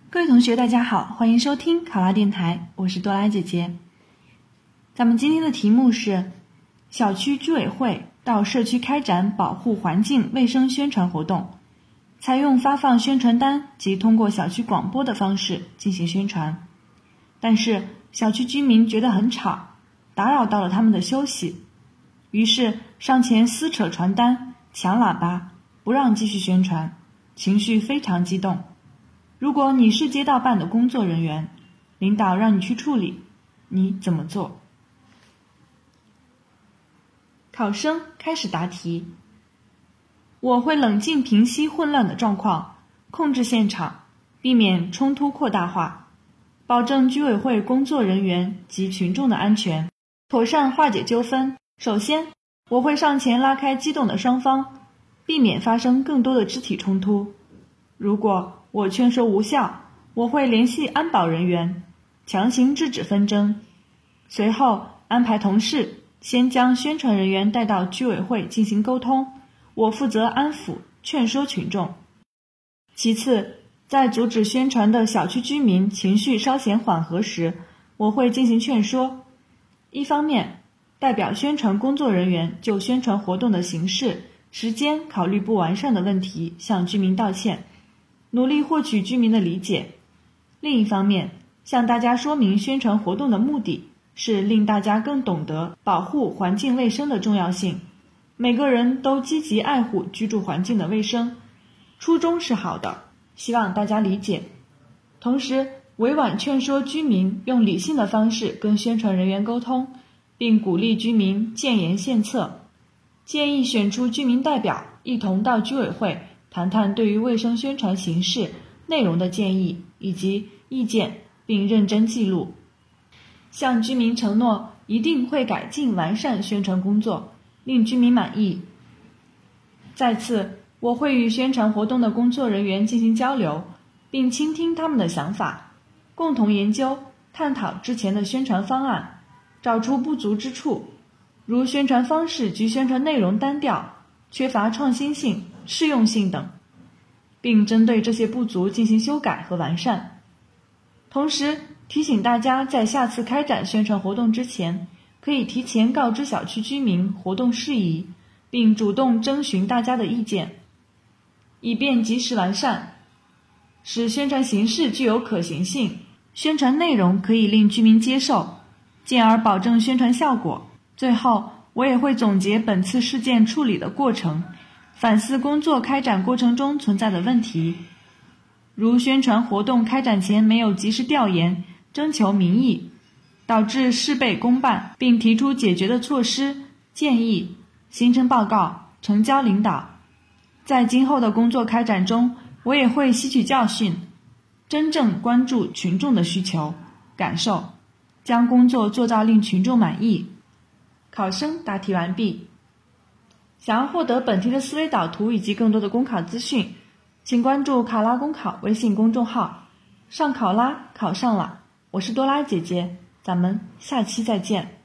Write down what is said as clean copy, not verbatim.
各位同学大家好，欢迎收听考拉电台，我是多拉姐姐。咱们今天的题目是小区居委会到社区开展保护环境卫生宣传活动，采用发放宣传单及通过小区广播的方式进行宣传。但是小区居民觉得很吵，打扰到了他们的休息，于是上前撕扯传单，抢喇叭，不让继续宣传，情绪非常激动。如果你是街道办的工作人员，领导让你去处理，你怎么做？考生开始答题。我会冷静平息混乱的状况，控制现场，避免冲突扩大化，保证居委会工作人员及群众的安全，妥善化解纠纷。首先，我会上前拉开激动的双方，避免发生更多的肢体冲突。如果我劝说无效，我会联系安保人员，强行制止纷争。随后安排同事先将宣传人员带到居委会进行沟通，我负责安抚劝说群众。其次，在阻止宣传的小区居民情绪稍显缓和时，我会进行劝说。一方面，代表宣传工作人员就宣传活动的形式、时间考虑不完善的问题向居民道歉，努力获取居民的理解。另一方面，向大家说明宣传活动的目的是令大家更懂得保护环境卫生的重要性，每个人都积极爱护居住环境的卫生，初衷是好的，希望大家理解。同时，委婉劝说居民用理性的方式跟宣传人员沟通，并鼓励居民建言献策，建议选出居民代表一同到居委会谈谈对于卫生宣传形式、内容的建议以及意见，并认真记录。向居民承诺一定会改进完善宣传工作，令居民满意。再次，我会与宣传活动的工作人员进行交流，并倾听他们的想法，共同研究、探讨之前的宣传方案，找出不足之处，如宣传方式及宣传内容单调、缺乏创新性、适用性等，并针对这些不足进行修改和完善。同时，提醒大家在下次开展宣传活动之前，可以提前告知小区居民活动事宜，并主动征询大家的意见，以便及时完善，使宣传形式具有可行性，宣传内容可以令居民接受，进而保证宣传效果。最后，我也会总结本次事件处理的过程，反思工作开展过程中存在的问题，如宣传活动开展前没有及时调研、征求民意，导致事倍功半，并提出解决的措施、建议，形成报告，呈交领导。在今后的工作开展中，我也会吸取教训，真正关注群众的需求、感受，将工作做到令群众满意。考生答题完毕。想要获得本题的思维导图以及更多的公考资讯，请关注考拉公考微信公众号，上考拉考上了，我是多拉姐姐，咱们下期再见。